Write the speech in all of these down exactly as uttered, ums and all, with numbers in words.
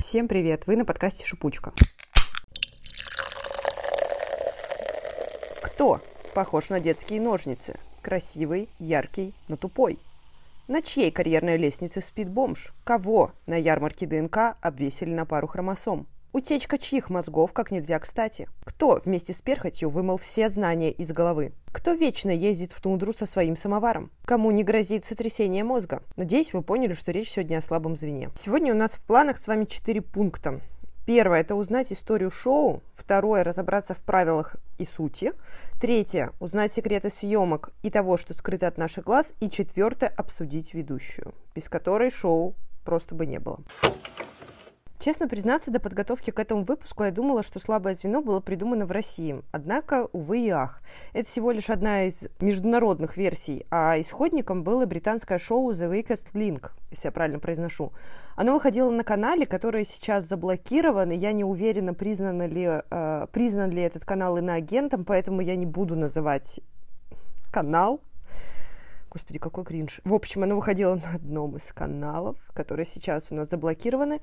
Всем привет! Вы на подкасте «Шипучка». Кто похож на детские ножницы? Красивый, яркий, но тупой. На чьей карьерной лестнице спит бомж? Кого на ярмарке ДНК обвесили на пару хромосом? Утечка чьих мозгов как нельзя кстати? Кто вместе с перхотью вымыл все знания из головы? Кто вечно ездит в тундру со своим самоваром? Кому не грозит сотрясение мозга? Надеюсь, вы поняли, что речь сегодня о слабом звене. Сегодня у нас в планах с вами четыре пункта. Первое – это узнать историю шоу. Второе – разобраться в правилах и сути. Третье – узнать секреты съемок и того, что скрыто от наших глаз. И четвертое – обсудить ведущую, без которой шоу просто бы не было. Честно признаться, до подготовки к этому выпуску я думала, что «Слабое звено» было придумано в России. Однако, увы и ах. Это всего лишь одна из международных версий, а исходником было британское шоу The Weakest Link, если я правильно произношу. Оно выходило на канале, который сейчас заблокирован, и я не уверена, признан ли, э, признан ли этот канал иноагентом, поэтому я не буду называть канал. Господи, какой кринж. В общем, оно выходило на одном из каналов, которые сейчас у нас заблокированы.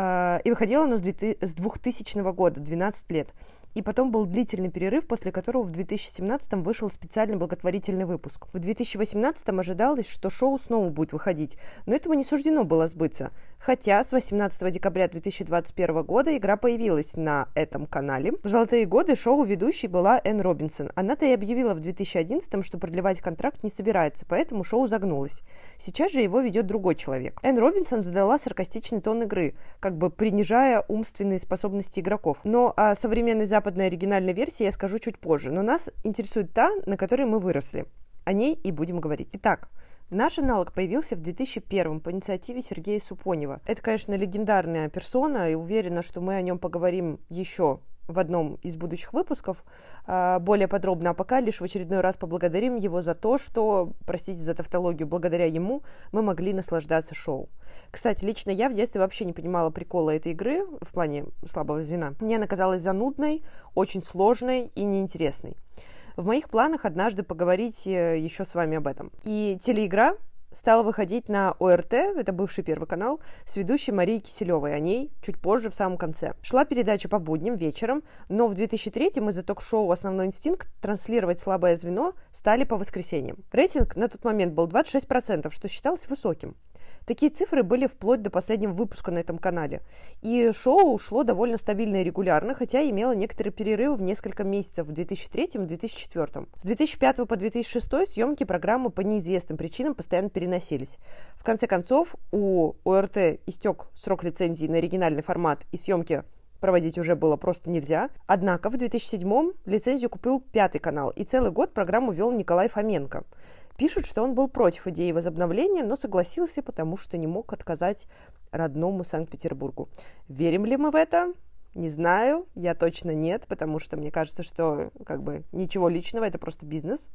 И выходило оно с двухтысячного года, двенадцать лет. И потом был длительный перерыв, после которого в две тысячи семнадцатом вышел специальный благотворительный выпуск. В две тысячи восемнадцатом ожидалось, что шоу снова будет выходить, но этому не суждено было сбыться. Хотя с восемнадцатого декабря две тысячи двадцать первого года игра появилась на этом канале. В золотые годы шоу ведущей была Энн Робинсон. Она-то и объявила в две тысячи одиннадцатом, что продлевать контракт не собирается, поэтому шоу загнулось. Сейчас же его ведет другой человек. Энн Робинсон задала саркастичный тон игры, как бы принижая умственные способности игроков. Но о современной западной оригинальной версии я скажу чуть позже, но нас интересует та, на которой мы выросли. О ней и будем говорить. Итак, наш аналог появился в две тысячи первом по инициативе Сергея Супонева. Это, конечно, легендарная персона, и уверена, что мы о нем поговорим еще в одном из будущих выпусков более подробно, а пока лишь в очередной раз поблагодарим его за то, что, простите за тавтологию, благодаря ему мы могли наслаждаться шоу. Кстати, лично я в детстве вообще не понимала прикола этой игры в плане слабого звена. Мне она казалась занудной, очень сложной и неинтересной. В моих планах однажды поговорить еще с вами об этом. И телеигра стала выходить на О Эр Тэ, это бывший Первый канал, с ведущей Марией Киселевой. О ней чуть позже, в самом конце. Шла передача по будням, вечером, но в две тысячи третьем из-за ток-шоу «Основной инстинкт» транслировать «Слабое звено» стали по воскресеньям. Рейтинг на тот момент был двадцать шесть процентов, что считалось высоким. Такие цифры были вплоть до последнего выпуска на этом канале. И шоу шло довольно стабильно и регулярно, хотя имело некоторые перерывы в несколько месяцев в две тысячи третьем и две тысячи четвёртом. С две тысячи пятого по две тысячи шестой съемки программы по неизвестным причинам постоянно переносились. В конце концов, у О Эр Тэ истек срок лицензии на оригинальный формат, и съемки проводить уже было просто нельзя. Однако в две тысячи седьмом лицензию купил Пятый канал, и целый год программу вел Николай Фоменко. Пишут, что он был против идеи возобновления, но согласился, потому что не мог отказать родному Санкт-Петербургу. Верим ли мы в это? Не знаю, я точно нет, потому что мне кажется, что как бы ничего личного, это просто бизнес.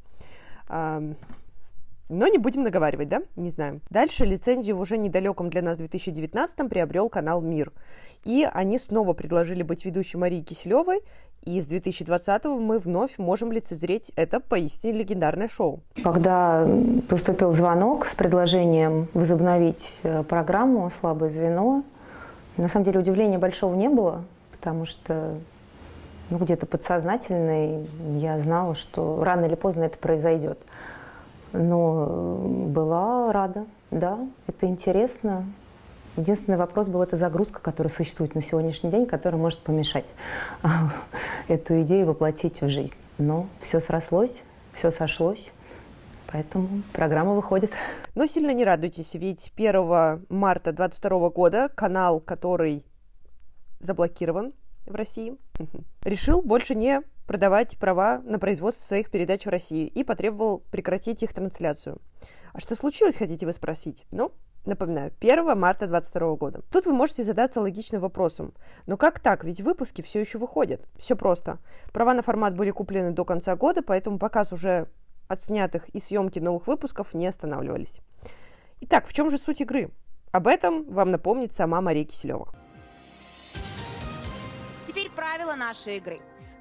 Но не будем наговаривать, да? Не знаем. Дальше лицензию в уже недалеком для нас две тысячи девятнадцатом приобрел канал «Мир». И они снова предложили быть ведущей Марии Киселевой, и с две тысячи двадцатого мы вновь можем лицезреть это поистине легендарное шоу. Когда поступил звонок с предложением возобновить программу «Слабое звено», на самом деле удивления большого не было, потому что ну, где-то подсознательно я знала, что рано или поздно это произойдет. Но была рада, да, это интересно. Единственный вопрос был, это загрузка, которая существует на сегодняшний день, которая может помешать эту идею воплотить в жизнь. Но все срослось, все сошлось, поэтому программа выходит. Но сильно не радуйтесь, ведь первого марта две тысячи двадцать второго года канал, который заблокирован в России, решил больше не продавать права на производство своих передач в России и потребовал прекратить их трансляцию. А что случилось, хотите вы спросить? Ну, напоминаю, первого марта две тысячи двадцать второго года. Тут вы можете задаться логичным вопросом. Но как так? Ведь выпуски все еще выходят. Все просто. Права на формат были куплены до конца года, поэтому показ уже отснятых и съемки новых выпусков не останавливались. Итак, в чем же суть игры? Об этом вам напомнит сама Мария Киселева. Теперь правила нашей игры.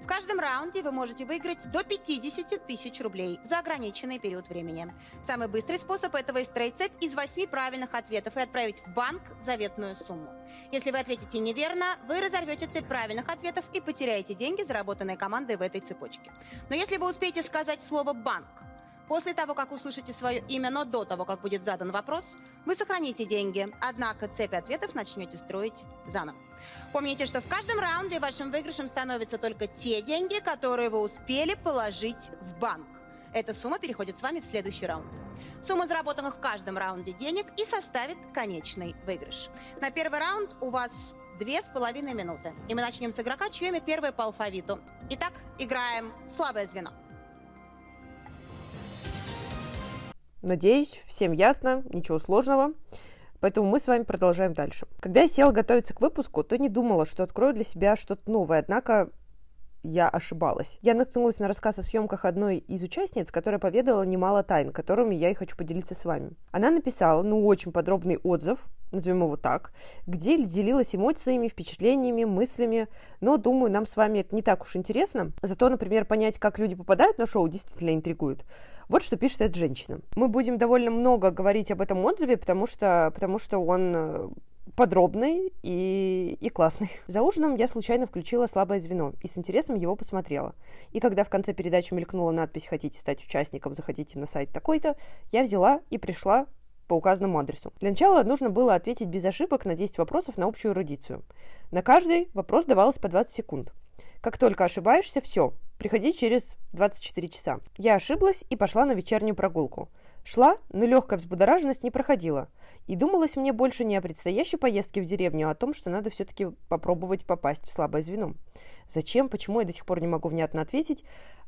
В каждом раунде вы можете выиграть до пятьдесят тысяч рублей за ограниченный период времени. Самый быстрый способ этого из трейдсет из восьми правильных ответов и отправить в банк заветную сумму. Если вы ответите неверно, вы разорвете цепь правильных ответов и потеряете деньги, заработанные командой в этой цепочке. Но если вы успеете сказать слово «банк» после того, как услышите свое имя, но до того, как будет задан вопрос, вы сохраните деньги, однако цепь ответов начнете строить заново. Помните, что в каждом раунде вашим выигрышем становятся только те деньги, которые вы успели положить в банк. Эта сумма переходит с вами в следующий раунд. Сумма заработанных в каждом раунде денег и составит конечный выигрыш. На первый раунд у вас две с половиной минуты. И мы начнем с игрока, чье имя первое по алфавиту. Итак, играем в слабое звено. Надеюсь, всем ясно, ничего сложного. Поэтому мы с вами продолжаем дальше. Когда я села готовиться к выпуску, то не думала, что открою для себя что-то новое, однако я ошибалась. Я наткнулась на рассказ о съемках одной из участниц, которая поведала немало тайн, которыми я и хочу поделиться с вами. Она написала, ну, очень подробный отзыв, назовем его так, где делилась эмоциями, впечатлениями, мыслями, но, думаю, нам с вами это не так уж интересно. Зато, например, понять, как люди попадают на шоу, действительно интригует. Вот что пишет эта женщина. Мы будем довольно много говорить об этом отзыве, потому что, потому что он подробный и, и классный. За ужином я случайно включила «Слабое звено» и с интересом его посмотрела. И когда в конце передачи мелькнула надпись «Хотите стать участником, заходите на сайт такой-то», я взяла и пришла по указанному адресу. Для начала нужно было ответить без ошибок на десять вопросов на общую эрудицию. На каждый вопрос давалось по двадцать секунд. Как только ошибаешься, все, приходи через двадцать четыре часа. Я ошиблась и пошла на вечернюю прогулку. Шла, но легкая взбудораженность не проходила. И думалось мне больше не о предстоящей поездке в деревню, а о том, что надо все-таки попробовать попасть в слабое звено. Зачем, почему, я до сих пор не могу внятно ответить,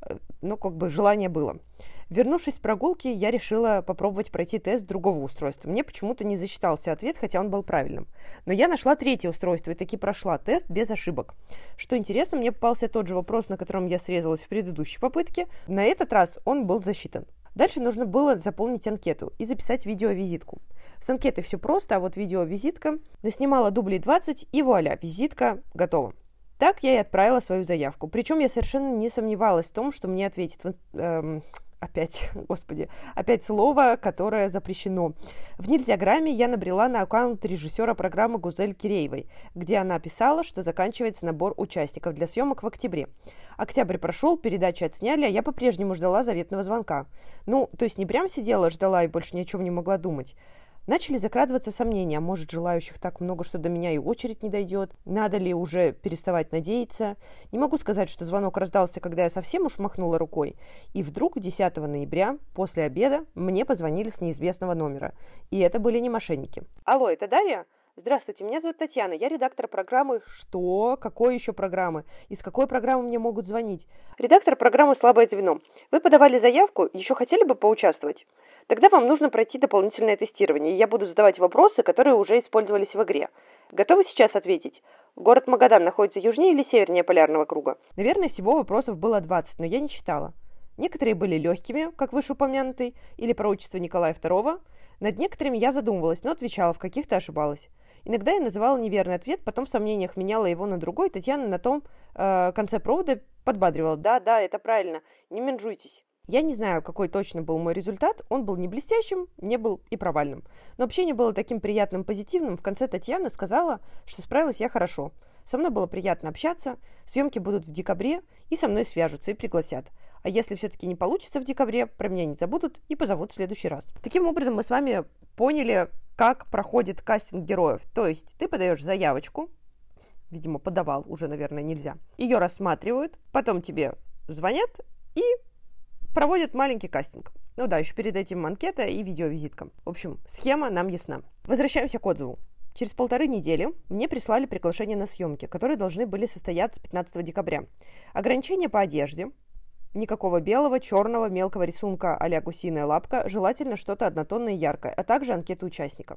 но как бы желание было. Вернувшись с прогулки, я решила попробовать пройти тест другого устройства. Мне почему-то не засчитался ответ, хотя он был правильным. Но я нашла третье устройство и таки прошла тест без ошибок. Что интересно, мне попался тот же вопрос, на котором я срезалась в предыдущей попытке. На этот раз он был засчитан. Дальше нужно было заполнить анкету и записать видеовизитку. С анкетой все просто, а вот видеовизитка. Наснимала дублей двадцать, и вуаля, визитка готова. Так я и отправила свою заявку. Причем я совершенно не сомневалась в том, что мне ответит... Эм, опять, господи, опять слово, которое запрещено. В Нельзяграме я набрела на аккаунт режиссера программы Гузель Киреевой, где она писала, что заканчивается набор участников для съемок в октябре. Октябрь прошел, передачи отсняли, а я по-прежнему ждала заветного звонка. Ну, то есть не прям сидела, ждала и больше ни о чем не могла думать. Начали закрадываться сомнения, может, желающих так много, что до меня и очередь не дойдет, надо ли уже переставать надеяться. Не могу сказать, что звонок раздался, когда я совсем уж махнула рукой. И вдруг десятого ноября, после обеда, мне позвонили с неизвестного номера. И это были не мошенники. Алло, это Дарья? Здравствуйте, меня зовут Татьяна, я редактор программы... Что? Какой еще программы? Из какой программы мне могут звонить? Редактор программы «Слабое звено». Вы подавали заявку, еще хотели бы поучаствовать? Тогда вам нужно пройти дополнительное тестирование, и я буду задавать вопросы, которые уже использовались в игре. Готовы сейчас ответить? Город Магадан находится южнее или севернее полярного круга? Наверное, всего вопросов было двадцать, но я не считала. Некоторые были легкими, как вышеупомянутый, или пророчество Николая второго. Над некоторыми я задумывалась, но отвечала, в каких-то ошибалась. Иногда я называла неверный ответ, потом в сомнениях меняла его на другой. Татьяна на том э, конце провода подбадривала. Да, да, это правильно, не менжуйтесь. Я не знаю, какой точно был мой результат, он был не блестящим, не был и провальным. Но общение было таким приятным, позитивным. В конце Татьяна сказала, что справилась я хорошо. Со мной было приятно общаться, съемки будут в декабре, и со мной свяжутся и пригласят. А если все-таки не получится в декабре, про меня не забудут и позовут в следующий раз. Таким образом, мы с вами поняли, как проходит кастинг героев. То есть ты подаешь заявочку, видимо, подавал, уже, наверное, нельзя. Ее рассматривают, потом тебе звонят и проводят маленький кастинг. Ну да, еще перед этим анкета и видеовизитка. В общем, схема нам ясна. Возвращаемся к отзыву. Через полторы недели мне прислали приглашение на съемки, которые должны были состояться пятнадцатого декабря. Ограничения по одежде. Никакого белого, черного, мелкого рисунка а-ля гусиная лапка. Желательно что-то однотонное и яркое, а также анкета участника.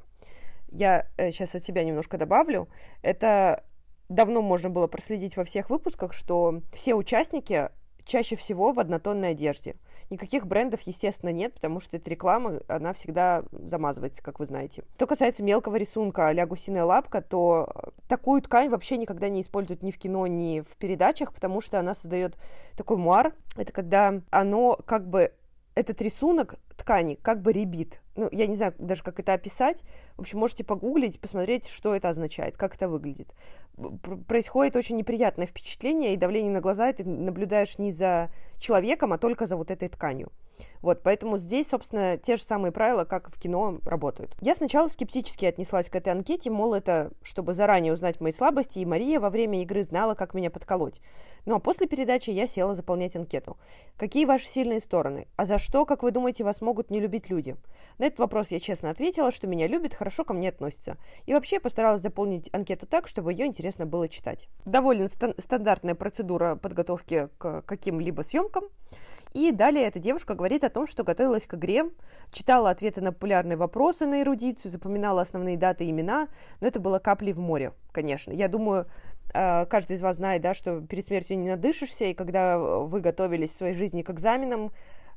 Я э, сейчас от себя немножко добавлю. Это давно можно было проследить во всех выпусках, что все участники чаще всего в однотонной одежде. Никаких брендов, естественно, нет, потому что эта реклама, она всегда замазывается, как вы знаете. Что касается мелкого рисунка а-ля гусиная лапка, то такую ткань вообще никогда не используют ни в кино, ни в передачах, потому что она создает такой муар. Это когда оно как бы, этот рисунок ткани как бы рябит. Ну, я не знаю даже, как это описать. В общем, можете погуглить, посмотреть, что это означает, как это выглядит. Происходит очень неприятное впечатление, и давление на глаза ты наблюдаешь не за человеком, а только за вот этой тканью. Вот, поэтому здесь, собственно, те же самые правила, как в кино, работают. Я сначала скептически отнеслась к этой анкете, мол, это чтобы заранее узнать мои слабости, и Мария во время игры знала, как меня подколоть. Ну, а после передачи я села заполнять анкету. Какие ваши сильные стороны? А за что, как вы думаете, вас могут не любить люди? На этот вопрос я честно ответила, что меня любят, хорошо ко мне относятся. И вообще постаралась заполнить анкету так, чтобы ее интересно было читать. Довольно ста- стандартная процедура подготовки к каким-либо съемкам. И далее эта девушка говорит о том, что готовилась к игре, читала ответы на популярные вопросы на эрудицию, запоминала основные даты и имена, но это было каплей в море, конечно. Я думаю, каждый из вас знает, да, что перед смертью не надышишься, и когда вы готовились в своей жизни к экзаменам,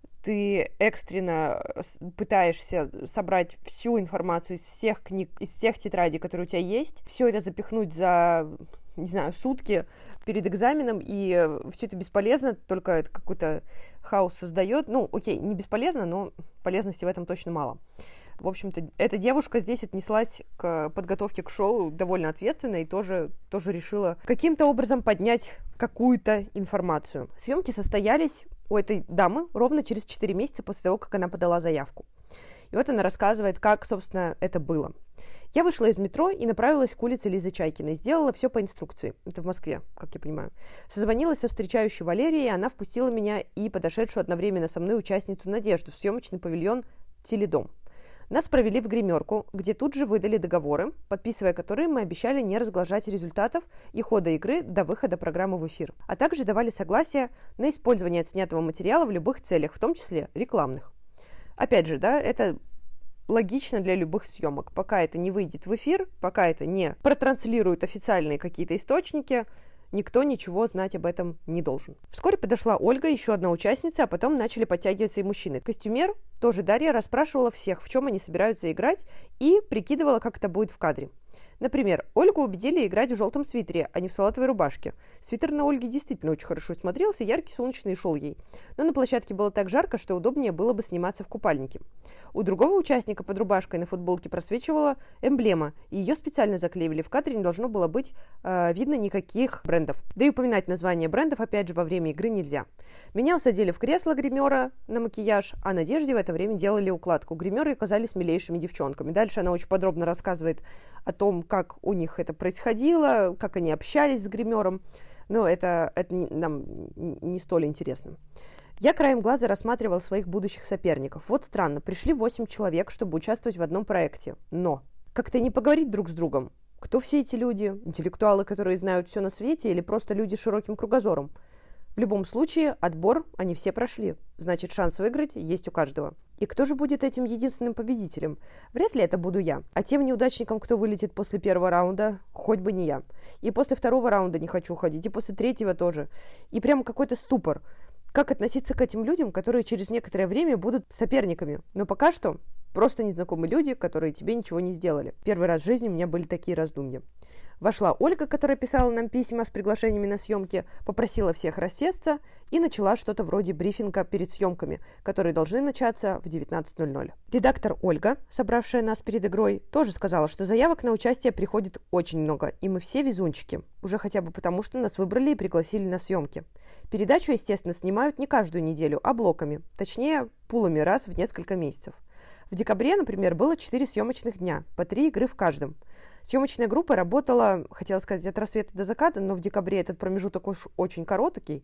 ты экстренно пытаешься собрать всю информацию из всех книг, из всех тетрадей, которые у тебя есть, все это запихнуть за, не знаю, сутки перед экзаменом, и все это бесполезно, только это какой-то хаос создает. Ну, окей, не бесполезно, но полезности в этом точно мало. В общем-то, эта девушка здесь отнеслась к подготовке к шоу довольно ответственно и тоже, тоже решила каким-то образом поднять какую-то информацию. Съемки состоялись у этой дамы ровно через четыре месяца после того, как она подала заявку. И вот она рассказывает, как, собственно, это было. Я вышла из метро и направилась к улице Лизы Чайкиной. Сделала все по инструкции. Это в Москве, как я понимаю. Созвонилась со встречающей Валерией, и она впустила меня и подошедшую одновременно со мной участницу Надежду в съемочный павильон «Теледом». Нас провели в гримерку, где тут же выдали договоры, подписывая которые мы обещали не разглашать результатов и хода игры до выхода программы в эфир, а также давали согласие на использование отснятого материала в любых целях, в том числе рекламных. Опять же, да, это логично для любых съемок. Пока это не выйдет в эфир, пока это не протранслируют официальные какие-то источники, никто ничего знать об этом не должен. Вскоре подошла Ольга, еще одна участница, а потом начали подтягиваться и мужчины. Костюмер, тоже Дарья, расспрашивала всех, в чем они собираются играть, и прикидывала, как это будет в кадре. Например, Ольгу убедили играть в желтом свитере, а не в салатовой рубашке. Свитер на Ольге действительно очень хорошо смотрелся, яркий, солнечный и шел ей. Но на площадке было так жарко, что удобнее было бы сниматься в купальнике. У другого участника под рубашкой на футболке просвечивала эмблема, и ее специально заклеивали. В кадре не должно было быть э, видно никаких брендов. Да и упоминать название брендов, опять же, во время игры нельзя. Меня усадили в кресло гримера на макияж, а Надежде в это время делали укладку. Гримеры оказались милейшими девчонками. Дальше она очень подробно рассказывает о том, как у них это происходило, как они общались с гримером. Но это, это не, нам не столь интересно. Я краем глаза рассматривала своих будущих соперников. Вот странно, пришли восемь человек, чтобы участвовать в одном проекте. Но как-то не поговорить друг с другом. Кто все эти люди? Интеллектуалы, которые знают все на свете, или просто люди с широким кругозором? В любом случае, отбор они все прошли. Значит, шанс выиграть есть у каждого. И кто же будет этим единственным победителем? Вряд ли это буду я. А тем неудачникам, кто вылетит после первого раунда, хоть бы не я. И после второго раунда не хочу уходить, и после третьего тоже. И прямо какой-то ступор. Как относиться к этим людям, которые через некоторое время будут соперниками? Но пока что просто незнакомые люди, которые тебе ничего не сделали. Первый раз в жизни у меня были такие раздумья. Вошла Ольга, которая писала нам письма с приглашениями на съемки, попросила всех рассесться и начала что-то вроде брифинга перед съемками, которые должны начаться в девятнадцать ноль ноль. Редактор Ольга, собравшая нас перед игрой, тоже сказала, что заявок на участие приходит очень много, и мы все везунчики, уже хотя бы потому, что нас выбрали и пригласили на съемки. Передачу, естественно, снимают не каждую неделю, а блоками, точнее, пулами раз в несколько месяцев. В декабре, например, было четыре съемочных дня, по три игры в каждом. Съемочная группа работала, хотела сказать, от рассвета до заката, но в декабре этот промежуток уж очень короткий.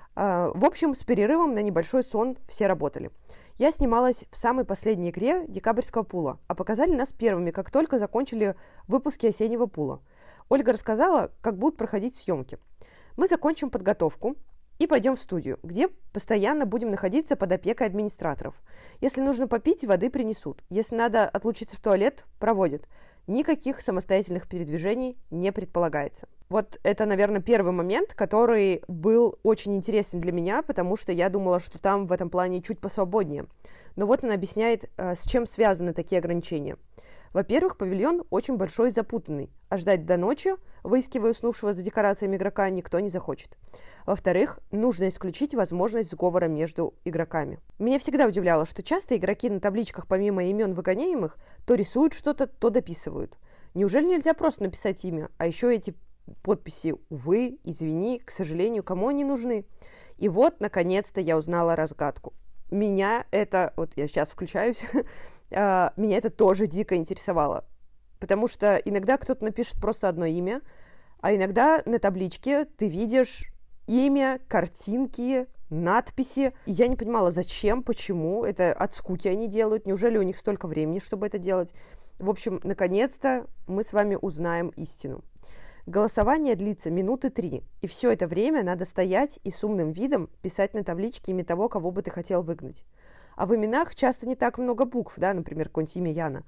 В общем, с перерывом на небольшой сон все работали. Я снималась в самой последней игре декабрьского пула, а показали нас первыми, как только закончили выпуски осеннего пула. Ольга рассказала, как будут проходить съемки. Мы закончим подготовку и пойдем в студию, где постоянно будем находиться под опекой администраторов. Если нужно попить, воды принесут. Если надо отлучиться в туалет, проводят. Никаких самостоятельных передвижений не предполагается. Вот это, наверное, первый момент, который был очень интересен для меня, потому что я думала, что там в этом плане чуть посвободнее. Но вот она объясняет, с чем связаны такие ограничения. Во-первых, павильон очень большой и запутанный, а ждать до ночи, выискивая уснувшего за декорациями игрока, никто не захочет. Во-вторых, нужно исключить возможность сговора между игроками. Меня всегда удивляло, что часто игроки на табличках помимо имен выгоняемых то рисуют что-то, то дописывают. Неужели нельзя просто написать имя, а еще эти подписи «увы», «извини», «к сожалению», кому они нужны? И вот, наконец-то, я узнала разгадку. Меня это, вот я сейчас включаюсь, меня это тоже дико интересовало. Потому что иногда кто-то напишет просто одно имя, а иногда на табличке ты видишь имя, картинки, надписи. И я не понимала, зачем, почему. Это от скуки они делают. Неужели у них столько времени, чтобы это делать? В общем, наконец-то мы с вами узнаем истину. Голосование длится минуты три, и все это время надо стоять и с умным видом писать на табличке имя того, кого бы ты хотел выгнать. А в именах часто не так много букв, да, например, какое-нибудь имя Яна.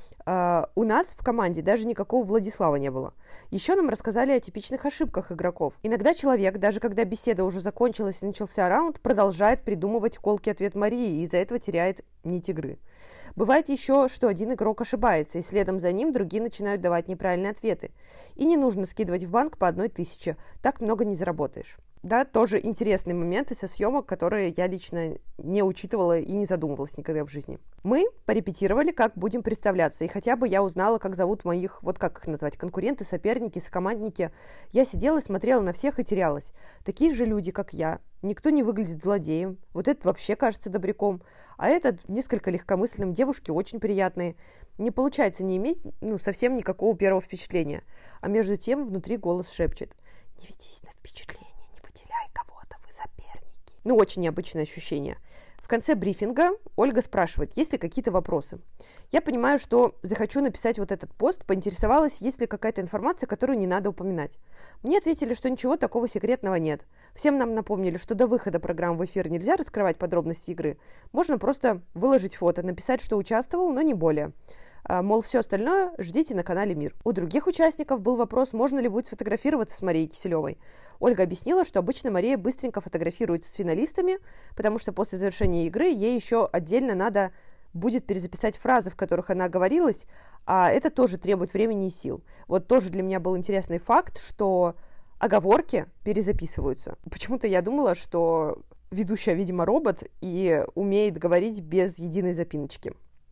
Uh, у нас в команде даже никакого Владислава не было. Еще нам рассказали о типичных ошибках игроков. Иногда человек, даже когда беседа уже закончилась и начался раунд, продолжает придумывать колкий ответ Марии и из-за этого теряет нить игры. Бывает еще, что один игрок ошибается, и следом за ним другие начинают давать неправильные ответы. И не нужно скидывать в банк по одной тысяче, так много не заработаешь. Да, тоже интересные моменты со съемок, которые я лично не учитывала и не задумывалась никогда в жизни. Мы порепетировали, как будем представляться, и хотя бы я узнала, как зовут моих, вот как их назвать, конкуренты, соперники, сокомандники. Я сидела и смотрела на всех и терялась. Такие же люди, как я. Никто не выглядит злодеем. Вот этот вообще кажется добряком. А этот несколько легкомысленным, девушки очень приятные. Не получается не иметь ну, совсем никакого первого впечатления. А между тем внутри голос шепчет: не ведись на впечатление, не выделяй кого-то, вы соперники. Ну, очень необычное ощущение. В конце брифинга Ольга спрашивает, есть ли какие-то вопросы. Я понимаю, что захочу написать вот этот пост, поинтересовалась, есть ли какая-то информация, которую не надо упоминать. Мне ответили, что ничего такого секретного нет. Всем нам напомнили, что до выхода программы в эфир нельзя раскрывать подробности игры. Можно просто выложить фото, написать, что участвовал, но не более. Мол, все остальное ждите на канале «Мир». У других участников был вопрос, можно ли будет сфотографироваться с Марией Киселевой. Ольга объяснила, что обычно Мария быстренько фотографируется с финалистами, потому что после завершения игры ей еще отдельно надо будет перезаписать фразы, в которых она оговорилась, а это тоже требует времени и сил. Вот тоже для меня был интересный факт, что оговорки перезаписываются. Почему-то я думала, что ведущая, видимо, робот и умеет говорить без единой запиночки.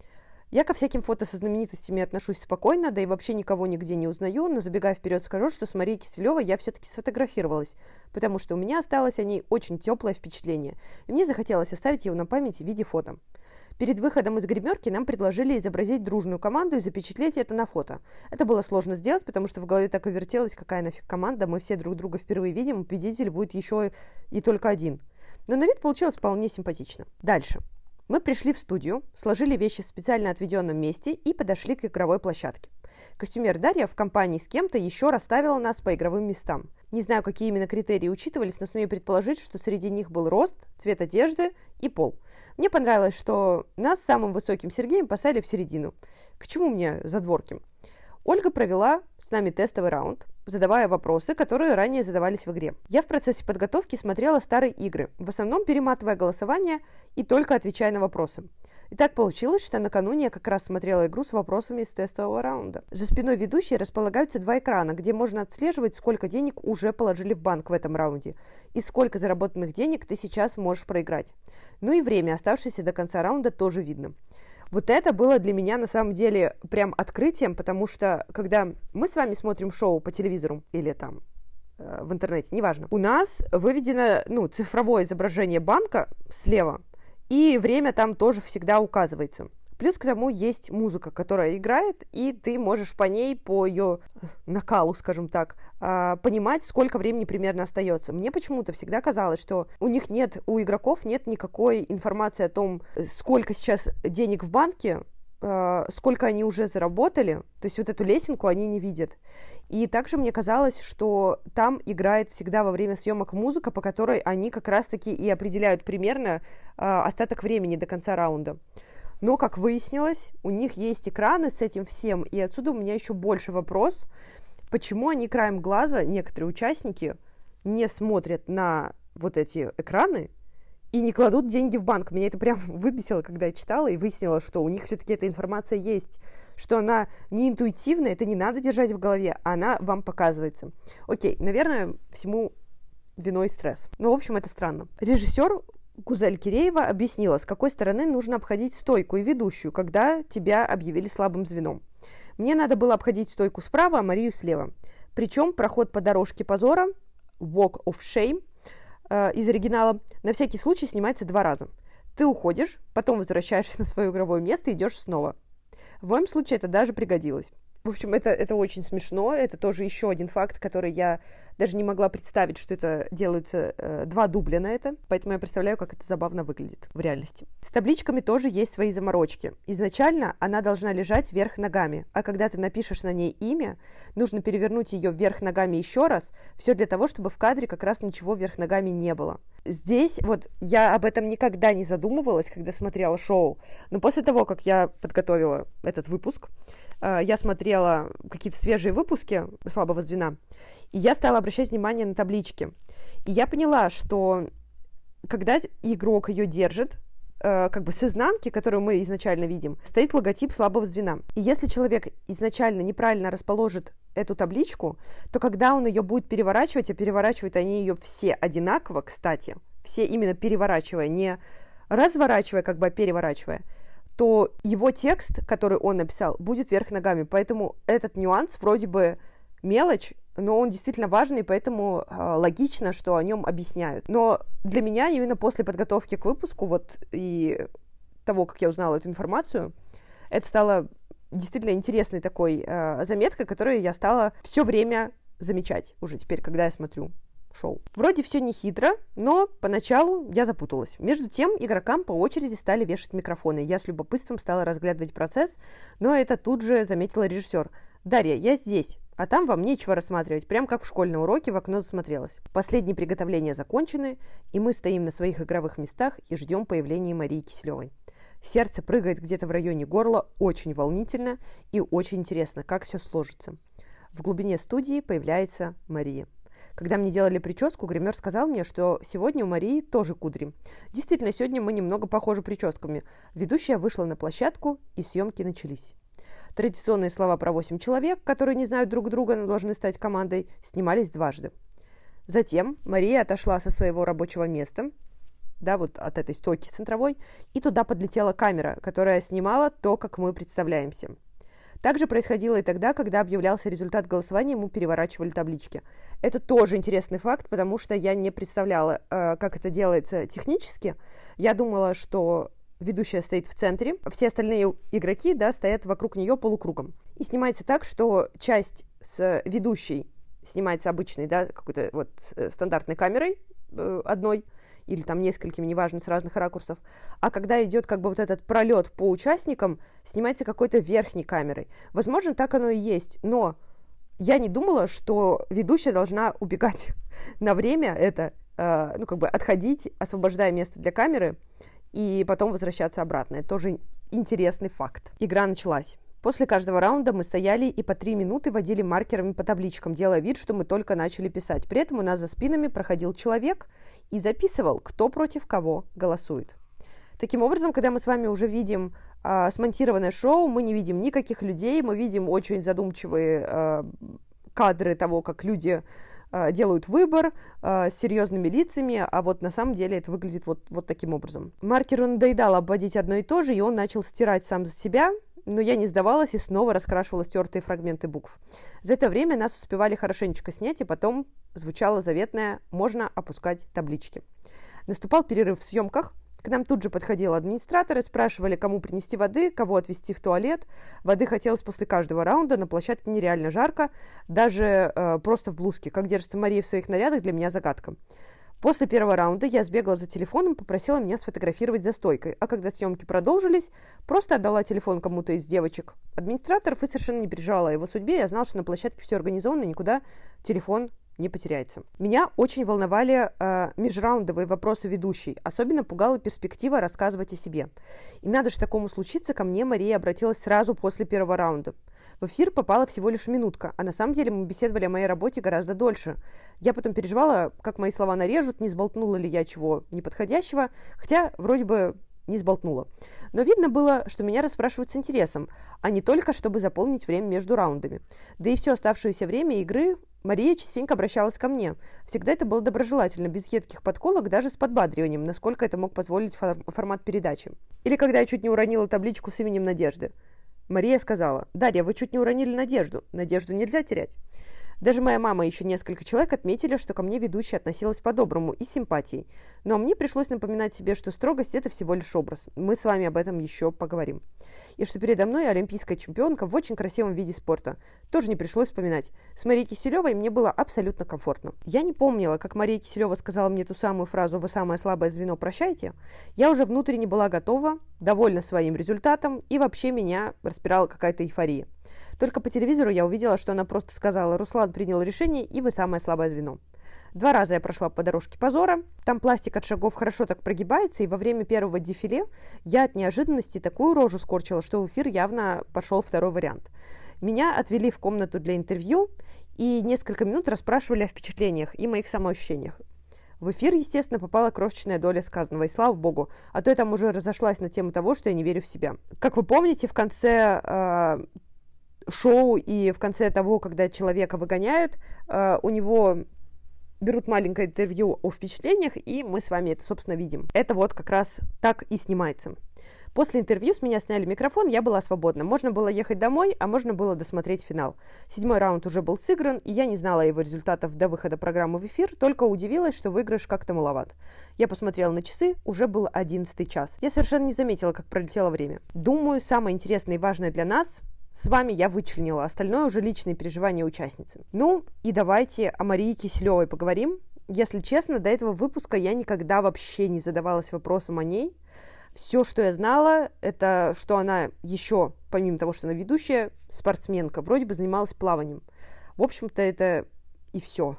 Я ко всяким фото со знаменитостями отношусь спокойно, да и вообще никого нигде не узнаю, но забегая вперед скажу, что с Марией Киселевой я все-таки сфотографировалась, потому что у меня осталось о ней очень теплое впечатление, и мне захотелось оставить его на память в виде фото. Перед выходом из гримерки нам предложили изобразить дружную команду и запечатлеть это на фото. Это было сложно сделать, потому что в голове так и вертелось, какая нафиг команда, мы все друг друга впервые видим, победитель будет еще и только один. Но на вид получилось вполне симпатично. Дальше. Мы пришли в студию, сложили вещи в специально отведенном месте и подошли к игровой площадке. Костюмер Дарья в компании с кем-то еще расставила нас по игровым местам. Не знаю, какие именно критерии учитывались, но смею предположить, что среди них был рост, цвет одежды и пол. Мне понравилось, что нас с самым высоким Сергеем поставили в середину. К чему мне задворки? Ольга провела с нами тестовый раунд, задавая вопросы, которые ранее задавались в игре. Я в процессе подготовки смотрела старые игры, в основном перематывая голосование и только отвечая на вопросы. И так получилось, что накануне я как раз смотрела игру с вопросами из тестового раунда. За спиной ведущей располагаются два экрана, где можно отслеживать, сколько денег уже положили в банк в этом раунде и сколько заработанных денег ты сейчас можешь проиграть. Ну и время, оставшееся до конца раунда, тоже видно. Вот это было для меня на самом деле прям открытием, потому что когда мы с вами смотрим шоу по телевизору или там э, в интернете, неважно, у нас выведено ну, цифровое изображение банка слева, и время там тоже всегда указывается. Плюс к тому есть музыка, которая играет, и ты можешь по ней, по ее накалу, скажем так, понимать, сколько времени примерно остается. Мне почему-то всегда казалось, что у них нет, у игроков нет никакой информации о том, сколько сейчас денег в банке, сколько они уже заработали, то есть вот эту лесенку они не видят. И также мне казалось, что там играет всегда во время съемок музыка, по которой они как раз-таки и определяют примерно остаток времени до конца раунда. Но, как выяснилось, у них есть экраны с этим всем, и отсюда у меня еще больше вопрос, почему они краем глаза, некоторые участники, не смотрят на вот эти экраны и не кладут деньги в банк. Меня это прям выбесило, когда я читала и выяснила, что у них все-таки эта информация есть, что она не интуитивная, это не надо держать в голове, она вам показывается. Окей, наверное, всему виной стресс. Ну, в общем, это странно. Режиссер Гузель Киреева объяснила, с какой стороны нужно обходить стойку и ведущую, когда тебя объявили слабым звеном. Мне надо было обходить стойку справа, а Марию слева. Причем проход по дорожке позора, walk of shame, э, из оригинала, на всякий случай снимается два раза. Ты уходишь, потом возвращаешься на свое игровое место и идешь снова. В моем случае это даже пригодилось. В общем, это, это очень смешно. Это тоже еще один факт, который я даже не могла представить, что это делаются э, два дубля на это. Поэтому я представляю, как это забавно выглядит в реальности. С табличками тоже есть свои заморочки. Изначально она должна лежать вверх ногами, а когда ты напишешь на ней имя, нужно перевернуть ее вверх ногами еще раз. Все для того, чтобы в кадре как раз ничего вверх ногами не было. Здесь вот я об этом никогда не задумывалась, когда смотрела шоу. Но после того, как я подготовила этот выпуск, я смотрела какие-то свежие выпуски «Слабого звена», и я стала обращать внимание на таблички. И я поняла, что когда игрок ее держит, как бы с изнанки, которую мы изначально видим, стоит логотип «Слабого звена». И если человек изначально неправильно расположит эту табличку, то когда он ее будет переворачивать, а переворачивают они ее все одинаково, кстати, все именно переворачивая, не разворачивая, как бы, а переворачивая, то его текст, который он написал, будет вверх ногами. Поэтому этот нюанс вроде бы мелочь, но он действительно важный, и поэтому э, логично, что о нем объясняют. Но для меня именно после подготовки к выпуску вот и того, как я узнала эту информацию, это стало действительно интересной такой э, заметкой, которую я стала все время замечать уже теперь, когда я смотрю шоу. Вроде все не хитро, но поначалу я запуталась. Между тем, игрокам по очереди стали вешать микрофоны. Я с любопытством стала разглядывать процесс, но это тут же заметила режиссер. «Дарья, я здесь, а там вам нечего рассматривать», прям как в школьном уроке в окно засмотрелась. Последние приготовления закончены, и мы стоим на своих игровых местах и ждем появления Марии Киселевой. Сердце прыгает где-то в районе горла, очень волнительно и очень интересно, как все сложится. В глубине студии появляется Мария. Когда мне делали прическу, гример сказал мне, что сегодня у Марии тоже кудри. Действительно, сегодня мы немного похожи прическами. Ведущая вышла на площадку, и съемки начались. Традиционные слова про восемь человек, которые не знают друг друга, но должны стать командой, снимались дважды. Затем Мария отошла со своего рабочего места, да, вот от этой стойки центровой, и туда подлетела камера, которая снимала то, как мы представляемся. Также происходило и тогда, когда объявлялся результат голосования, мы переворачивали таблички. Это тоже интересный факт, потому что я не представляла, как это делается технически. Я думала, что ведущая стоит в центре, все остальные игроки, да, стоят вокруг нее полукругом. И снимается так, что часть с ведущей снимается обычной, да, какой-то вот стандартной камерой одной, или там несколькими, неважно, с разных ракурсов. А когда идет как бы вот этот пролет по участникам, снимается какой-то верхней камерой. Возможно, так оно и есть, но я не думала, что ведущая должна убегать на время, это, э, ну, как бы отходить, освобождая место для камеры, и потом возвращаться обратно. Это тоже интересный факт. Игра началась. После каждого раунда мы стояли и по три минуты водили маркерами по табличкам, делая вид, что мы только начали писать. При этом у нас за спинами проходил человек и записывал, кто против кого голосует. Таким образом, когда мы с вами уже видим э, смонтированное шоу, мы не видим никаких людей, мы видим очень задумчивые э, кадры того, как люди э, делают выбор э, с серьезными лицами, а вот на самом деле это выглядит вот, вот таким образом. Маркеру надоедало обводить одно и то же, и он начал стирать сам за себя, но я не сдавалась и снова раскрашивала стертые фрагменты букв. За это время нас успевали хорошенечко снять, и потом звучало заветное «можно опускать таблички». Наступал перерыв в съемках. К нам тут же подходил администратор и спрашивали, кому принести воды, кого отвезти в туалет. Воды хотелось после каждого раунда, на площадке нереально жарко, даже э, просто в блузке. Как держится Мария в своих нарядах, для меня загадка. После первого раунда я сбегала за телефоном, попросила меня сфотографировать за стойкой, а когда съемки продолжились, просто отдала телефон кому-то из девочек администраторов и совершенно не переживала о его судьбе. Я знала, что на площадке все организовано, и никуда телефон не потеряется. Меня очень волновали э, межраундовые вопросы ведущей. Особенно пугала перспектива рассказывать о себе. И надо же такому случиться, ко мне Мария обратилась сразу после первого раунда. В эфир попала всего лишь минутка, а на самом деле мы беседовали о моей работе гораздо дольше. Я потом переживала, как мои слова нарежут, не сболтнула ли я чего неподходящего, хотя вроде бы не сболтнула. Но видно было, что меня расспрашивают с интересом, а не только, чтобы заполнить время между раундами. Да и все оставшееся время игры Мария частенько обращалась ко мне. Всегда это было доброжелательно, без едких подколок, даже с подбадриванием, насколько это мог позволить фор- формат передачи. Или когда я чуть не уронила табличку с именем Надежды. Мария сказала: «Дарья, вы чуть не уронили Надежду. Надежду нельзя терять». Даже моя мама и еще несколько человек отметили, что ко мне ведущая относилась по-доброму и с симпатией. Но мне пришлось напоминать себе, что строгость – это всего лишь образ. Мы с вами об этом еще поговорим. И что передо мной олимпийская чемпионка в очень красивом виде спорта. Тоже не пришлось вспоминать. С Марией Киселевой мне было абсолютно комфортно. Я не помнила, как Мария Киселева сказала мне ту самую фразу «Вы самое слабое звено, прощайте». Я уже внутренне была готова, довольна своим результатом, и вообще меня распирала какая-то эйфория. Только по телевизору я увидела, что она просто сказала: «Руслан принял решение, и вы самое слабое звено». Два раза я прошла по дорожке позора. Там пластик от шагов хорошо так прогибается, и во время первого дефиле я от неожиданности такую рожу скорчила, что в эфир явно пошел второй вариант. Меня отвели в комнату для интервью и несколько минут расспрашивали о впечатлениях и моих самоощущениях. В эфир, естественно, попала крошечная доля сказанного, и слава богу, а то я там уже разошлась на тему того, что я не верю в себя. Как вы помните, в конце э, шоу и в конце того, когда человека выгоняют, э, у него берут маленькое интервью о впечатлениях, и мы с вами это, собственно, видим. Это вот как раз так и снимается. После интервью с меня сняли микрофон, я была свободна. Можно было ехать домой, а можно было досмотреть финал. Седьмой раунд уже был сыгран, и я не знала его результатов до выхода программы в эфир, только удивилась, что выигрыш как-то маловат. Я посмотрела на часы, уже был одиннадцатый час. Я совершенно не заметила, как пролетело время. Думаю, самое интересное и важное для нас с вами я вычленила, остальное уже личные переживания участницы. Ну, и давайте о Марии Киселевой поговорим. Если честно, до этого выпуска я никогда вообще не задавалась вопросом о ней. Все, что я знала, это что она еще, помимо того, что она ведущая, спортсменка, вроде бы занималась плаванием. В общем-то, это и все.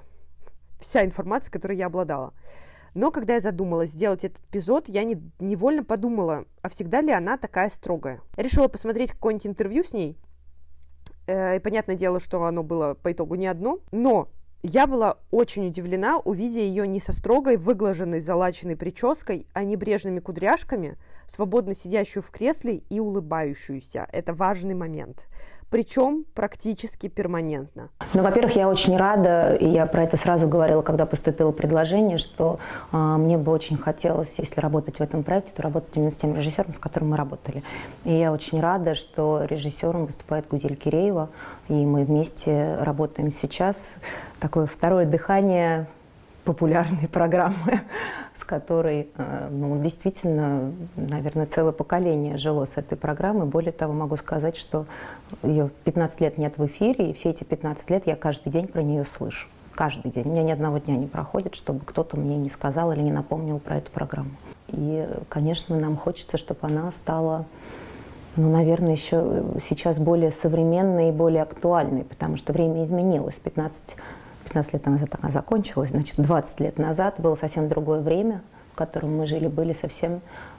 Вся информация, которой я обладала. Но когда я задумалась сделать этот эпизод, я не, невольно подумала, а всегда ли она такая строгая. Я решила посмотреть какое-нибудь интервью с ней. Э, и понятное дело, что оно было по итогу не одно. Но я была очень удивлена, увидя ее не со строгой, выглаженной, залаченной прической, а небрежными кудряшками, свободно сидящую в кресле и улыбающуюся. Это важный момент. Причем практически перманентно. Ну, во-первых, я очень рада, и я про это сразу говорила, когда поступило предложение, что э, мне бы очень хотелось, если работать в этом проекте, то работать именно с тем режиссером, с которым мы работали. И я очень рада, что режиссером выступает Гузель Киреева, и мы вместе работаем сейчас. Такое второе дыхание популярной программы, с которой, ну, действительно, наверное, целое поколение жило с этой программой. Более того, могу сказать, что ее пятнадцать лет нет в эфире, и все эти пятнадцать лет я каждый день про нее слышу. Каждый день. У меня ни одного дня не проходит, чтобы кто-то мне не сказал или не напомнил про эту программу. И, конечно, нам хочется, чтобы она стала, ну, наверное, еще сейчас более современной и более актуальной, потому что время изменилось. пятнадцать лет назад она закончилась, значит, двадцать лет назад было совсем другое время, в котором мы жили, были совсем,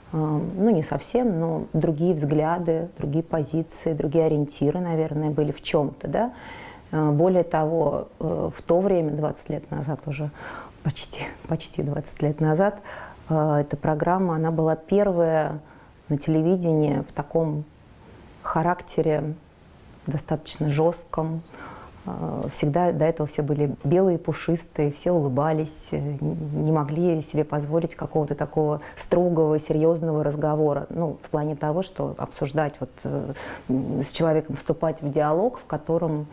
ну, не совсем, но другие взгляды, другие позиции, другие ориентиры, наверное, были в чем-то, да. Более того, в то время, двадцать лет назад уже, почти, почти двадцать лет назад, эта программа, она была первая на телевидении в таком характере, достаточно жестком. Всегда до этого все были белые, пушистые, все улыбались, не могли себе позволить какого-то такого строгого, серьезного разговора. Ну, в плане того, что обсуждать, вот, с человеком вступать в диалог, в котором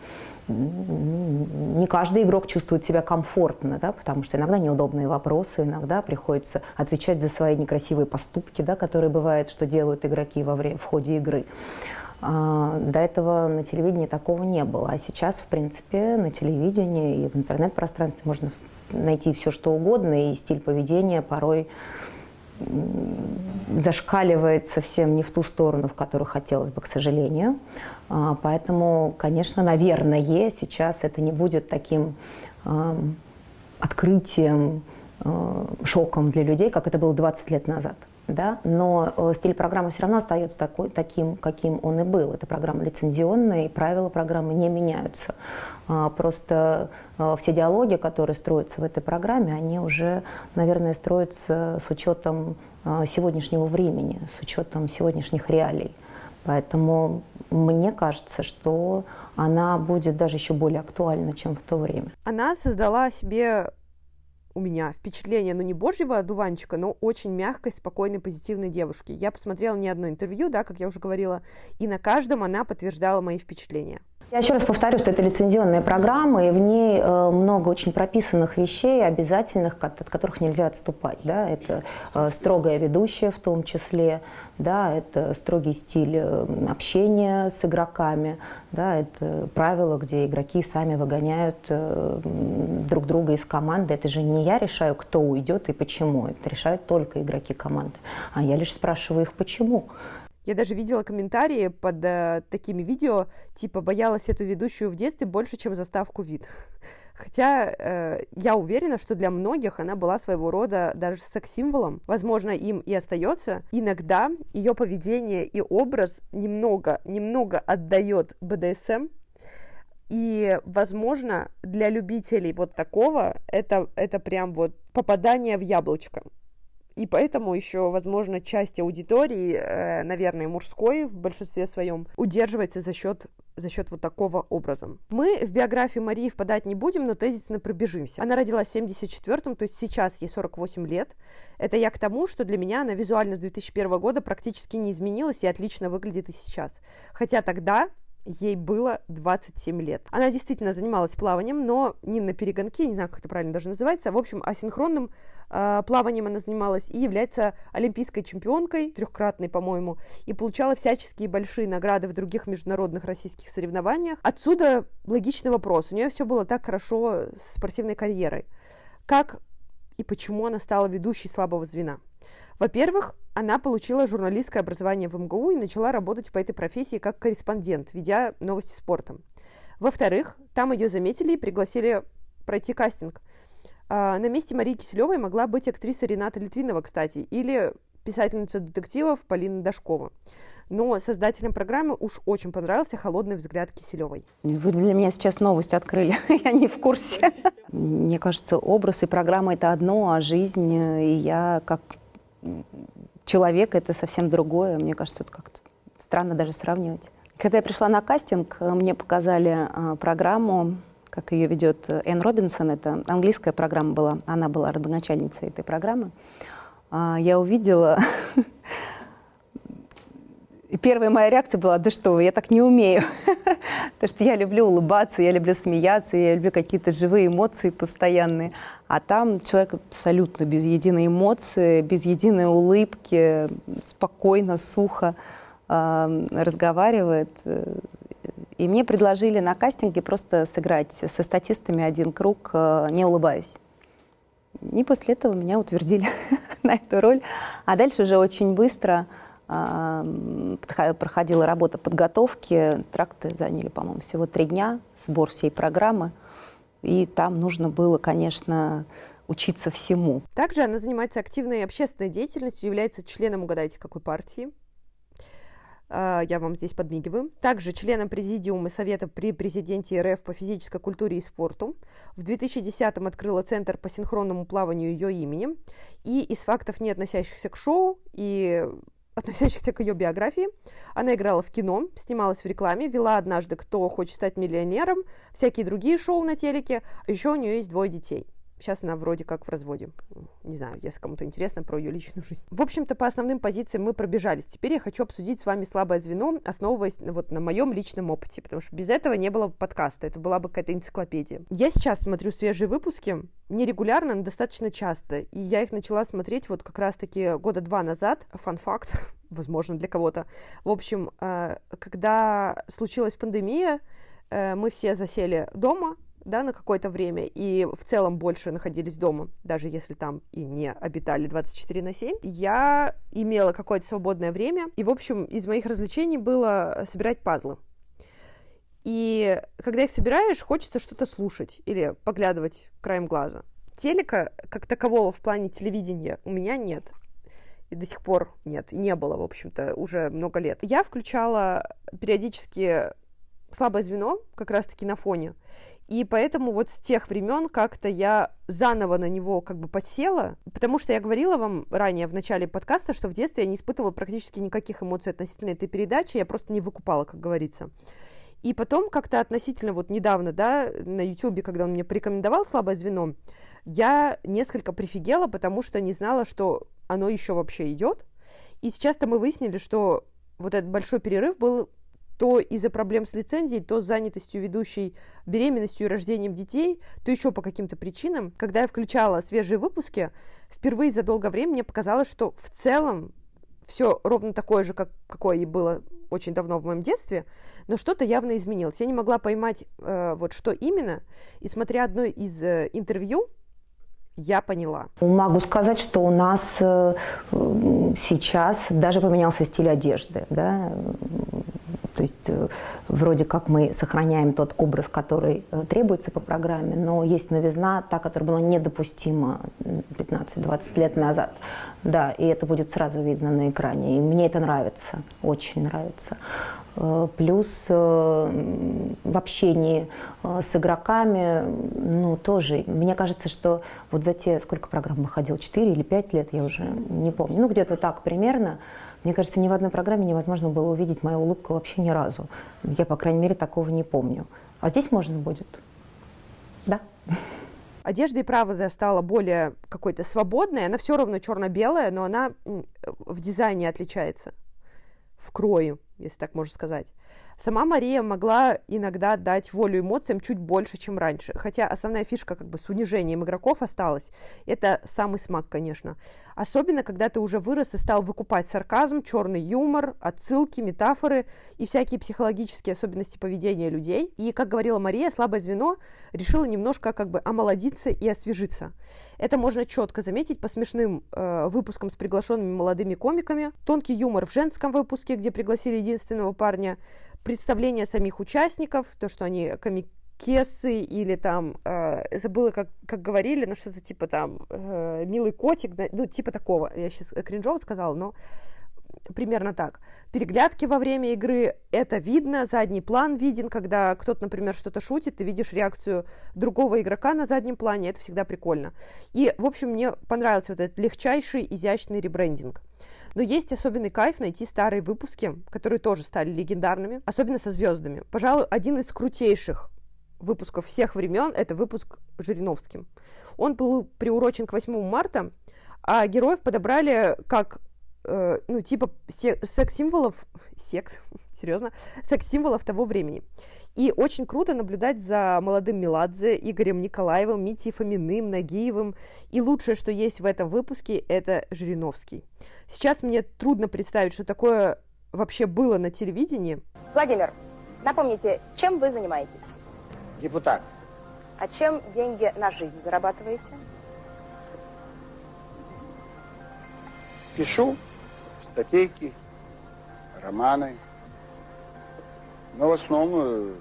не каждый игрок чувствует себя комфортно, да, потому что иногда неудобные вопросы, иногда приходится отвечать за свои некрасивые поступки, да, которые бывают, что делают игроки во время, в ходе игры. До этого на телевидении такого не было. А сейчас, в принципе, на телевидении и в интернет-пространстве можно найти все, что угодно, и стиль поведения порой зашкаливает совсем не в ту сторону, в которую хотелось бы, к сожалению. Поэтому, конечно, наверное, сейчас это не будет таким открытием, шоком для людей, как это было двадцать лет назад. да, но стиль программы все равно остается такой, таким, каким он и был. Это программа лицензионная, и правила программы не меняются. Просто все диалоги, которые строятся в этой программе, они уже, наверное, строятся с учетом сегодняшнего времени, с учетом сегодняшних реалий. Поэтому мне кажется, что она будет даже еще более актуальна, чем в то время. Она создала себе у меня впечатление, ну, не божьего одуванчика, но очень мягкой, спокойной, позитивной девушки. Я посмотрела не одно интервью, да, как я уже говорила, и на каждом она подтверждала мои впечатления. Я еще раз повторю, что это лицензионная программа, и в ней э, много очень прописанных вещей, обязательных, от, от которых нельзя отступать. Да? Это э, строгая ведущая в том числе, да? Это строгий стиль э, общения с игроками, да? Это правила, где игроки сами выгоняют э, друг друга из команды. Это же не я решаю, кто уйдет и почему. Это решают только игроки команды. А я лишь спрашиваю их, почему. Я даже видела комментарии под э, такими видео, типа боялась эту ведущую в детстве больше, чем заставку «Вид». Хотя э, я уверена, что для многих она была своего рода даже секс-символом. Возможно, им и остается. Иногда ее поведение и образ немного, немного отдает бэ дэ эс эм. И, возможно, для любителей вот такого это, это прям вот попадание в яблочко. И поэтому еще, возможно, часть аудитории, э, наверное, мужской в большинстве своем, удерживается за счет, за счет вот такого образа. Мы в биографию Марии впадать не будем, но тезисно пробежимся. Она родилась в семьдесят четвёртом, то есть сейчас ей сорок восемь лет. Это я к тому, что для меня она визуально с две тысячи первого года практически не изменилась и отлично выглядит и сейчас. Хотя тогда ей было двадцать семь лет. Она действительно занималась плаванием, но не на перегонке, не знаю, как это правильно даже называется. В общем, асинхронным э, плаванием она занималась и является олимпийской чемпионкой, трехкратной, по-моему, и получала всяческие большие награды в других международных российских соревнованиях. Отсюда логичный вопрос. У нее все было так хорошо с спортивной карьерой. Как и почему она стала ведущей «Слабого звена»? Во-первых, она получила журналистское образование в эм гэ у и начала работать по этой профессии как корреспондент, ведя новости спорта. Во-вторых, там ее заметили и пригласили пройти кастинг. А, на месте Марии Киселевой могла быть актриса Рената Литвинова, кстати, или писательница детективов Полина Дашкова. Но создателям программы уж очень понравился холодный взгляд Киселевой. Вы для меня сейчас новость открыли, я не в курсе. Мне кажется, образ и программа — это одно, а жизнь, и я как человек — это совсем другое. Мне кажется, это как-то странно даже сравнивать. Когда я пришла на кастинг, мне показали а, программу, как ее ведет Энн Робинсон. Это английская программа была, она была родоначальницей этой программы. А, я увидела... И первая моя реакция была: да что вы, я так не умею. Потому что я люблю улыбаться, я люблю смеяться, я люблю какие-то живые эмоции постоянные. А там человек абсолютно без единой эмоции, без единой улыбки, спокойно, сухо э, разговаривает. И мне предложили на кастинге просто сыграть со статистами один круг, э, не улыбаясь. И после этого меня утвердили на эту роль. А дальше уже очень быстро... проходила работа подготовки, тракты заняли, по-моему, всего три дня, сбор всей программы, и там нужно было, конечно, учиться всему. Также она занимается активной общественной деятельностью, является членом, угадайте, какой партии? Я вам здесь подмигиваю. Также членом президиума Совета при президенте эр эф по физической культуре и спорту. В две тысячи десятом открыла Центр по синхронному плаванию ее именем. И из фактов, не относящихся к шоу и относящихся к ее биографии, она играла в кино, снималась в рекламе, вела однажды «Кто хочет стать миллионером», всякие другие шоу на телеке, а еще у нее есть двое детей. Сейчас она вроде как в разводе. Не знаю, если кому-то интересно про ее личную жизнь. В общем-то, по основным позициям мы пробежались. Теперь я хочу обсудить с вами «Слабое звено», основываясь вот на моем личном опыте, потому что без этого не было бы подкаста, это была бы какая-то энциклопедия. Я сейчас смотрю свежие выпуски, нерегулярно, но достаточно часто, и я их начала смотреть вот как раз-таки года два назад. Фан-факт, возможно, для кого-то. В общем, когда случилась пандемия, мы все засели дома, да, на какое-то время, и в целом больше находились дома, даже если там и не обитали двадцать четыре на семь, я имела какое-то свободное время, и, в общем, из моих развлечений было собирать пазлы. И когда их собираешь, хочется что-то слушать или поглядывать краем глаза. Телека, как такового в плане телевидения, у меня нет. и до сих пор нет, и не было, в общем-то, уже много лет. Я включала периодически «Слабое звено», как раз-таки на фоне, и поэтому вот с тех времен как-то я заново на него как бы подсела, потому что я говорила вам ранее в начале подкаста, что в детстве я не испытывала практически никаких эмоций относительно этой передачи, я просто не выкупала, как говорится. И потом как-то относительно вот недавно, да, на Ютубе, когда он мне порекомендовал «Слабое звено», я несколько прифигела, потому что не знала, что оно еще вообще идет. И сейчас-то мы выяснили, что вот этот большой перерыв был то из-за проблем с лицензией, то с занятостью ведущей, беременностью и рождением детей, то еще по каким-то причинам. Когда я включала свежие выпуски, впервые за долгое время мне показалось, что в целом все ровно такое же, как, какое и было очень давно в моем детстве, но что-то явно изменилось. Я не могла поймать, э, вот что именно, и смотря одно из э, интервью, я поняла. Могу сказать, что у нас э, сейчас даже поменялся стиль одежды, да? То есть э, вроде как мы сохраняем тот образ, который э, требуется по программе, но есть новизна, та, которая была недопустима пятнадцать-двадцать лет назад. Да, и это будет сразу видно на экране. И мне это нравится, очень нравится. Э, плюс э, в общении э, с игроками, ну, тоже, мне кажется, что вот за те, сколько программ выходил, четыре или пять лет, я уже не помню, ну, где-то так примерно. Мне кажется, ни в одной программе невозможно было увидеть мою улыбку вообще ни разу. Я, по крайней мере, такого не помню. А здесь можно будет. Да. Одежда и правда стала более какой-то свободной. Она все равно черно-белая, но она в дизайне отличается. В крою, если так можно сказать. Сама Мария могла иногда дать волю эмоциям чуть больше, чем раньше. Хотя основная фишка как бы с унижением игроков осталась. Это самый смак, конечно. Особенно, когда ты уже вырос и стал выкупать сарказм, черный юмор, отсылки, метафоры и всякие психологические особенности поведения людей. И, как говорила Мария, «Слабое звено» решила немножко как бы омолодиться и освежиться. Это можно четко заметить по смешным э, выпускам с приглашенными молодыми комиками, тонкий юмор в женском выпуске, где пригласили единственного парня, представление самих участников, то, что они комикесы или там, э, забыла, как, как говорили, ну что-то типа там э, милый котик, ну типа такого, я сейчас кринжово сказала, но примерно так. Переглядки во время игры, это видно, задний план виден, когда кто-то, например, что-то шутит, ты видишь реакцию другого игрока на заднем плане, это всегда прикольно. И, в общем, мне понравился вот этот легчайший, изящный ребрендинг. Но есть особенный кайф найти старые выпуски, которые тоже стали легендарными, особенно со звездами. Пожалуй, один из крутейших выпусков всех времен – это выпуск с Жириновским. Он был приурочен к восьмому марта, а героев подобрали как, э, ну, типа секс-символов, секс, серьезно, секс-символов того времени. И очень круто наблюдать за молодым Меладзе, Игорем Николаевым, Митей Фоминым, Нагиевым. И лучшее, что есть в этом выпуске, это Жириновский. Сейчас мне трудно представить, что такое вообще было на телевидении. Владимир, напомните, чем вы занимаетесь? Депутат. А чем деньги на жизнь зарабатываете? Пишу статейки, романы. Но в основном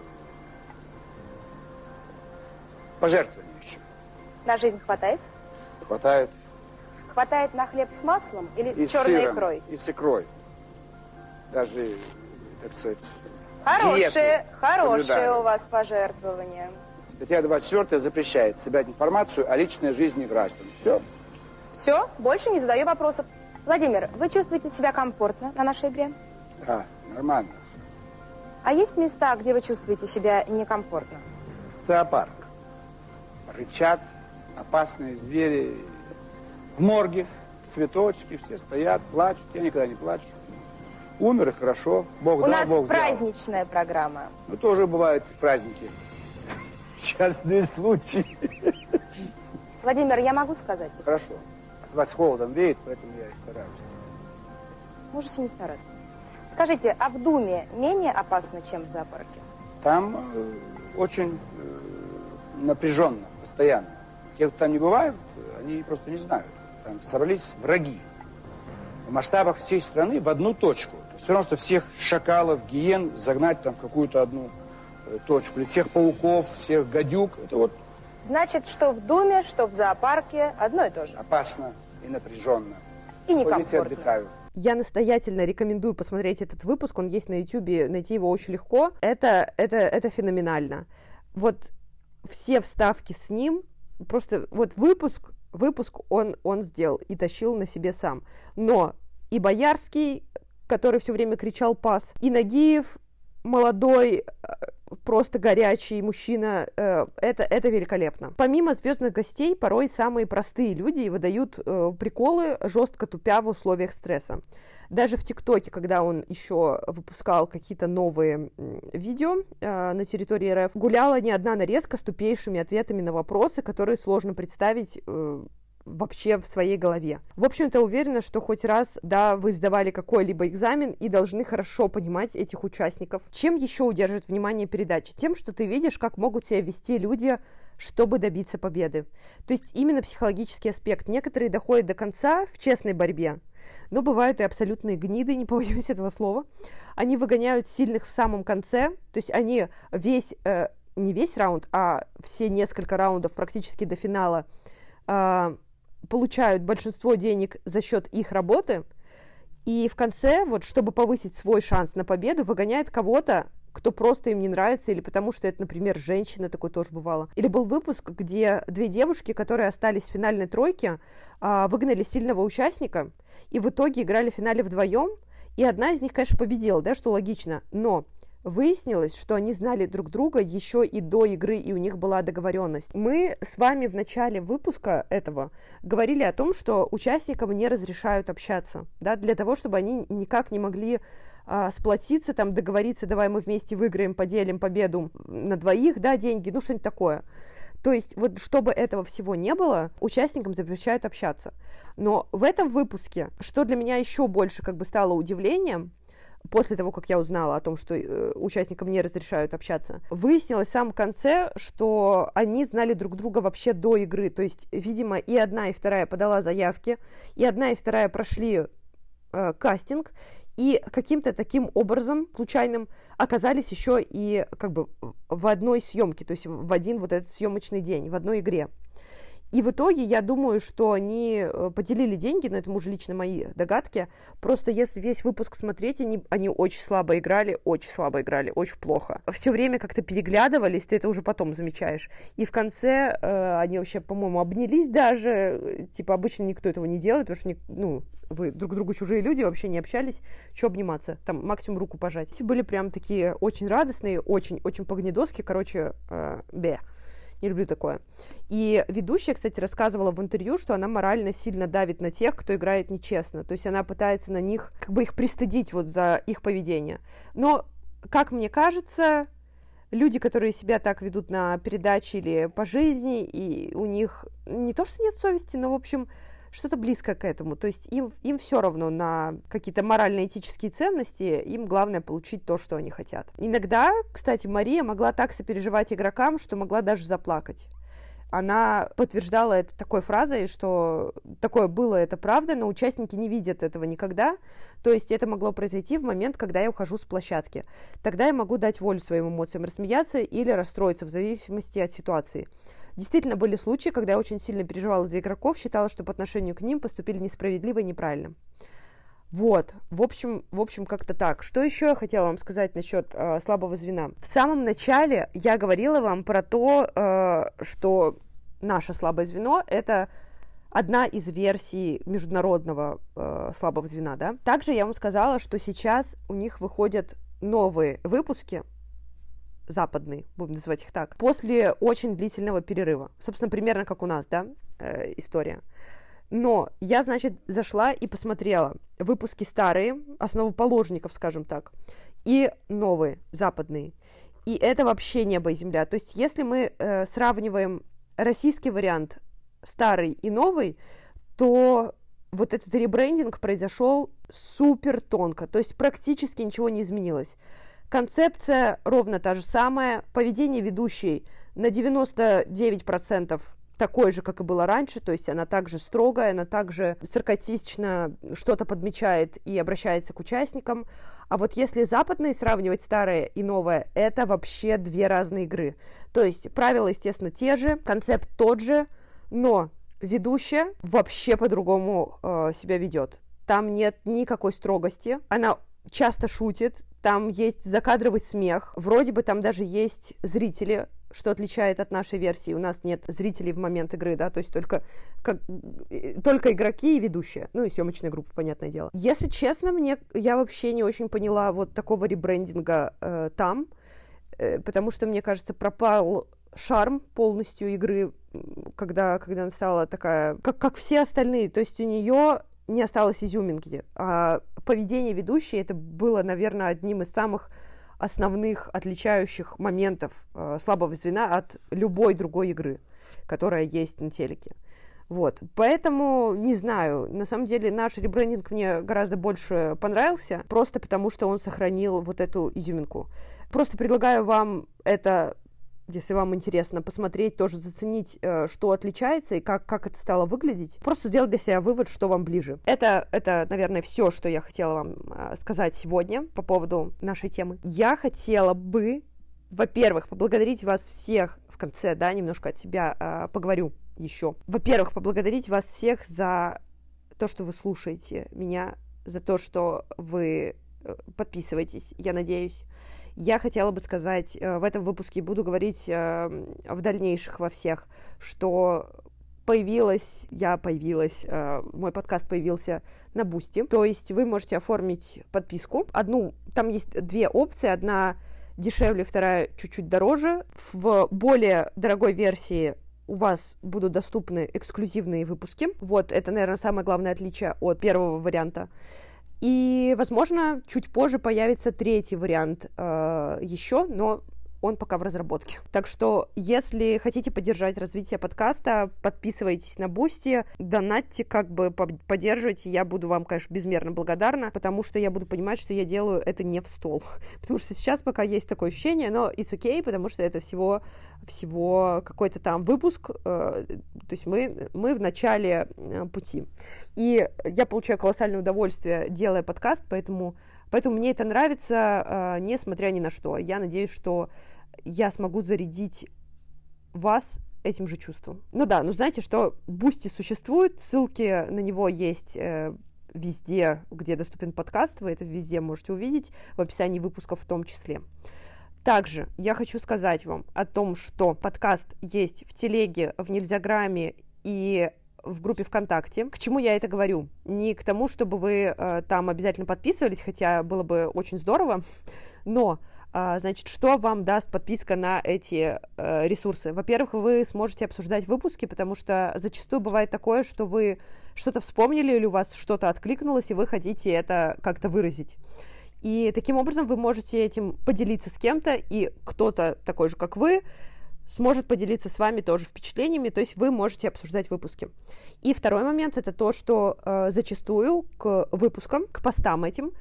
пожертвования еще. На жизнь хватает? Хватает. Хватает на хлеб с маслом или И с черной сыром, икрой? И с икрой. Даже, так сказать, Хорошие, хорошие соблюдаю. у вас пожертвования. Статья двадцать четвёртая запрещает собирать информацию о личной жизни граждан. Все. Все, больше не задаю вопросов. Владимир, вы чувствуете себя комфортно на нашей игре? Да, нормально. А есть места, где вы чувствуете себя некомфортно? Зоопарк. Рычат, опасные звери. В морге цветочки, все стоят, плачут. Я никогда не плачу. Умер и хорошо. Бог У дал, нас Бог взял. праздничная программа. Ну, тоже бывают праздники. Частные случаи. Владимир, я могу сказать? Хорошо. От вас холодом веет, поэтому я и стараюсь. Можете не стараться. Скажите, а в Думе менее опасно, чем в зоопарке? Там э, очень э, напряженно, постоянно. Те, кто там не бывают, они просто не знают. Там собрались враги. В масштабах всей страны в одну точку. Все равно, что всех шакалов, гиен загнать там в какую-то одну э, точку. Или всех пауков, всех гадюк. Это вот Значит, что в Думе, что в зоопарке одно и то же. опасно и напряженно. и Вот здесь я некомфортно. отдыхаю. Я настоятельно рекомендую посмотреть этот выпуск, он есть на ютубе, найти его очень легко. Это, это, это феноменально. Вот все вставки с ним, просто вот выпуск, выпуск он, он сделал и тащил на себе сам. Но и Боярский, который все время кричал «пас», и Нагиев, молодой, просто горячий мужчина, э, это, это великолепно. Помимо звездных гостей, порой самые простые люди выдают э, приколы, жестко тупя в условиях стресса. Даже в ТикТоке, когда он еще выпускал какие-то новые видео э, на территории эр эф, гуляла не одна нарезка с тупейшими ответами на вопросы, которые сложно представить э, вообще в своей голове. В общем-то, уверена, что хоть раз, да, вы сдавали какой-либо экзамен и должны хорошо понимать этих участников. Чем еще удерживает внимание передачи? Тем, что ты видишь, как могут себя вести люди, чтобы добиться победы. То есть именно психологический аспект. Некоторые доходят до конца в честной борьбе, но бывают и абсолютные гниды, не побоюсь этого слова. Они выгоняют сильных в самом конце, то есть они весь, э, не весь раунд, а все несколько раундов практически до финала э, получают большинство денег за счет их работы, и в конце, вот, чтобы повысить свой шанс на победу, выгоняет кого-то, кто просто им не нравится, или потому что это, например, женщина, такое тоже бывало. Или был выпуск, где две девушки, которые остались в финальной тройке, выгнали сильного участника, и в итоге играли в финале вдвоем, и одна из них, конечно, победила, да, что логично, но выяснилось, что они знали друг друга еще и до игры, и у них была договоренность. Мы с вами в начале выпуска этого говорили о том, что участникам не разрешают общаться, да, для того, чтобы они никак не могли а, сплотиться, там, договориться, давай мы вместе выиграем, поделим победу на двоих, да, деньги, ну, что-нибудь такое. То есть, вот, чтобы этого всего не было, участникам запрещают общаться. Но в этом выпуске, что для меня еще больше как бы стало удивлением, после того, как я узнала о том, что э, участникам не разрешают общаться, выяснилось в самом конце, что они знали друг друга вообще до игры. То есть, видимо, и одна, и вторая подала заявки, и одна, и вторая прошли э, кастинг, и каким-то таким образом случайным оказались еще и как бы в одной съемке, то есть в один вот этот съемочный день, в одной игре. И в итоге, я думаю, что они поделили деньги, но это уже лично мои догадки. Просто если весь выпуск смотреть, они, они очень слабо играли, очень слабо играли, очень плохо. Все время как-то переглядывались, ты это уже потом замечаешь. И в конце э, они вообще, по-моему, обнялись даже. Типа обычно никто этого не делает, потому что не, ну, вы друг другу чужие люди, вообще не общались. Что обниматься? Там максимум руку пожать. Эти были прям такие очень радостные, очень-очень по-гнедоски, короче, э, бе. Не люблю такое. И ведущая, кстати, рассказывала в интервью, что она морально сильно давит на тех, кто играет нечестно. То есть она пытается на них, как бы их пристыдить вот за их поведение. Но, как мне кажется, люди, которые себя так ведут на передаче или по жизни, и у них не то, что нет совести, но, в общем, что-то близко к этому. То есть им, им все равно на какие-то морально-этические ценности, им главное получить то, что они хотят. Иногда, кстати, Мария могла так сопереживать игрокам, что могла даже заплакать. Она подтверждала это такой фразой, что такое было, это правда, но участники не видят этого никогда. То есть это могло произойти в момент, когда я ухожу с площадки. Тогда я могу дать волю своим эмоциям, рассмеяться или расстроиться в зависимости от ситуации. Действительно, были случаи, когда я очень сильно переживала за игроков, считала, что по отношению к ним поступили несправедливо и неправильно. Вот, в общем, в общем, как-то так. Что еще я хотела вам сказать насчет э, слабого звена? В самом начале я говорила вам про то, э, что наше слабое звено – это одна из версий международного э, слабого звена, да? Также я вам сказала, что сейчас у них выходят новые выпуски, западные, будем называть их так, после очень длительного перерыва. Собственно, примерно как у нас, да, э, история. Но я, значит, зашла и посмотрела выпуски старые, основоположников, скажем так, и новые, западные. И это вообще небо и земля. То есть если мы э, сравниваем российский вариант, старый и новый, то вот этот ребрендинг произошел супер тонко. То есть практически ничего не изменилось. Концепция ровно та же самая, поведение ведущей на девяносто девять процентов такой же, как и было раньше, то есть она также строгая, она также саркастично что-то подмечает и обращается к участникам. А вот если западные сравнивать старое и новое, это вообще две разные игры. То есть правила, естественно, те же, концепт тот же, но ведущая вообще по-другому э, себя ведет. Там нет никакой строгости, она часто шутит, там есть закадровый смех, вроде бы там даже есть зрители, что отличает от нашей версии. У нас нет зрителей в момент игры, да, то есть только, как, только игроки и ведущие, ну и съемочная группа, понятное дело. Если честно, мне, я вообще не очень поняла вот такого ребрендинга э, там, э, потому что, мне кажется, пропал шарм полностью игры, когда, когда она стала такая, как, как все остальные, то есть у нее не осталось изюминки, а поведение ведущей это было, наверное, одним из самых основных отличающих моментов э, слабого звена от любой другой игры, которая есть на телеке. Вот. Поэтому, не знаю, на самом деле наш ребрендинг мне гораздо больше понравился, просто потому что он сохранил вот эту изюминку. Просто предлагаю вам это, если вам интересно, посмотреть, тоже заценить, что отличается и как, как это стало выглядеть. Просто сделать для себя вывод, что вам ближе. Это, это, наверное, все, что я хотела вам сказать сегодня по поводу нашей темы. Я хотела бы, во-первых, поблагодарить вас всех в конце, да, немножко от себя э, поговорю еще. Во-первых, поблагодарить вас всех за то, что вы слушаете меня, за то, что вы подписываетесь, я надеюсь. Я хотела бы сказать, в этом выпуске буду говорить в дальнейших во всех, что появилась, я появилась, мой подкаст появился на Boosty, то есть вы можете оформить подписку. Одну, там есть две опции, одна дешевле, вторая чуть-чуть дороже. В более дорогой версии у вас будут доступны эксклюзивные выпуски. Вот, это, наверное, самое главное отличие от первого варианта. И, возможно, чуть позже появится третий вариант э, еще, но он пока в разработке. Так что, если хотите поддержать развитие подкаста, подписывайтесь на Boosty, донатьте, как бы поддерживайте. Я буду вам, конечно, безмерно благодарна, потому что я буду понимать, что я делаю это не в стол. Потому что сейчас пока есть такое ощущение, но it's okay, потому что это всего, всего какой-то там выпуск, э, то есть мы, мы в начале э, пути. И я получаю колоссальное удовольствие, делая подкаст, поэтому, поэтому мне это нравится, э, несмотря ни на что. Я надеюсь, что я смогу зарядить вас этим же чувством. Ну да, ну знаете, что Boosty существует, ссылки на него есть э, везде, где доступен подкаст, вы это везде можете увидеть, в описании выпусков в том числе. Также я хочу сказать вам о том, что подкаст есть в Телеге, в Нельзяграме и в группе ВКонтакте. К чему я это говорю? Не к тому, чтобы вы э, там обязательно подписывались, хотя было бы очень здорово, но значит, что вам даст подписка на эти э, ресурсы? Во-первых, вы сможете обсуждать выпуски, потому что зачастую бывает такое, что вы что-то вспомнили или у вас что-то откликнулось, и вы хотите это как-то выразить. И таким образом вы можете этим поделиться с кем-то, и кто-то такой же, как вы, сможет поделиться с вами тоже впечатлениями, то есть вы можете обсуждать выпуски. И второй момент — это то, что э, зачастую к выпускам, к постам этим,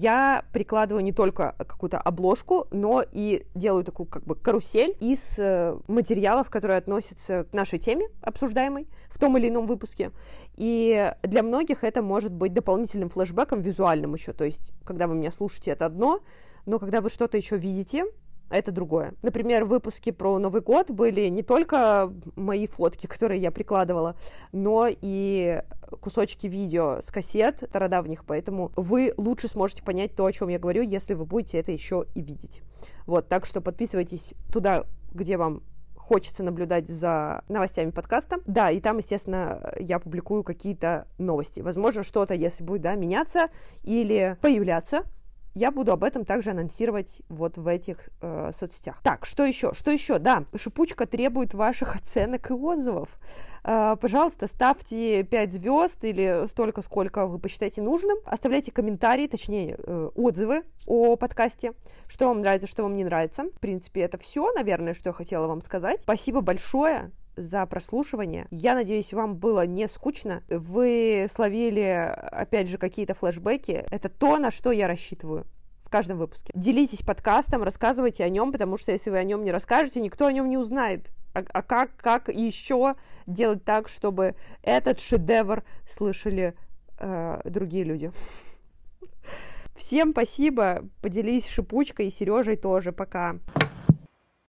я прикладываю не только какую-то обложку, но и делаю такую как бы карусель из э, материалов, которые относятся к нашей теме, обсуждаемой в том или ином выпуске. И для многих это может быть дополнительным флешбеком визуальным еще, то есть когда вы меня слушаете, это одно, но когда вы что-то еще видите, это другое. Например, выпуски про Новый год были не только мои фотки, которые я прикладывала, но и кусочки видео с кассет стародавних, поэтому вы лучше сможете понять то, о чем я говорю, если вы будете это еще и видеть. Вот, так что подписывайтесь туда, где вам хочется наблюдать за новостями подкаста. Да, и там, естественно, я публикую какие-то новости. Возможно, что-то, если будет, да, меняться или появляться, я буду об этом также анонсировать вот в этих э, соцсетях. Так, что еще? Что еще? Да, Шипучка требует ваших оценок и отзывов. Э, пожалуйста, ставьте пять звезд или столько, сколько вы посчитаете нужным. Оставляйте комментарии, точнее, э, отзывы о подкасте. Что вам нравится, что вам не нравится. В принципе, это все, наверное, что я хотела вам сказать. Спасибо большое за прослушивание. Я надеюсь, вам было не скучно. Вы словили, опять же, какие-то флешбеки. Это то, на что я рассчитываю в каждом выпуске. Делитесь подкастом, рассказывайте о нем, потому что если вы о нем не расскажете, никто о нем не узнает. А, а как, как еще делать так, чтобы этот шедевр слышали э, другие люди? Всем спасибо. Поделись Шипучкой и Сережей тоже. Пока.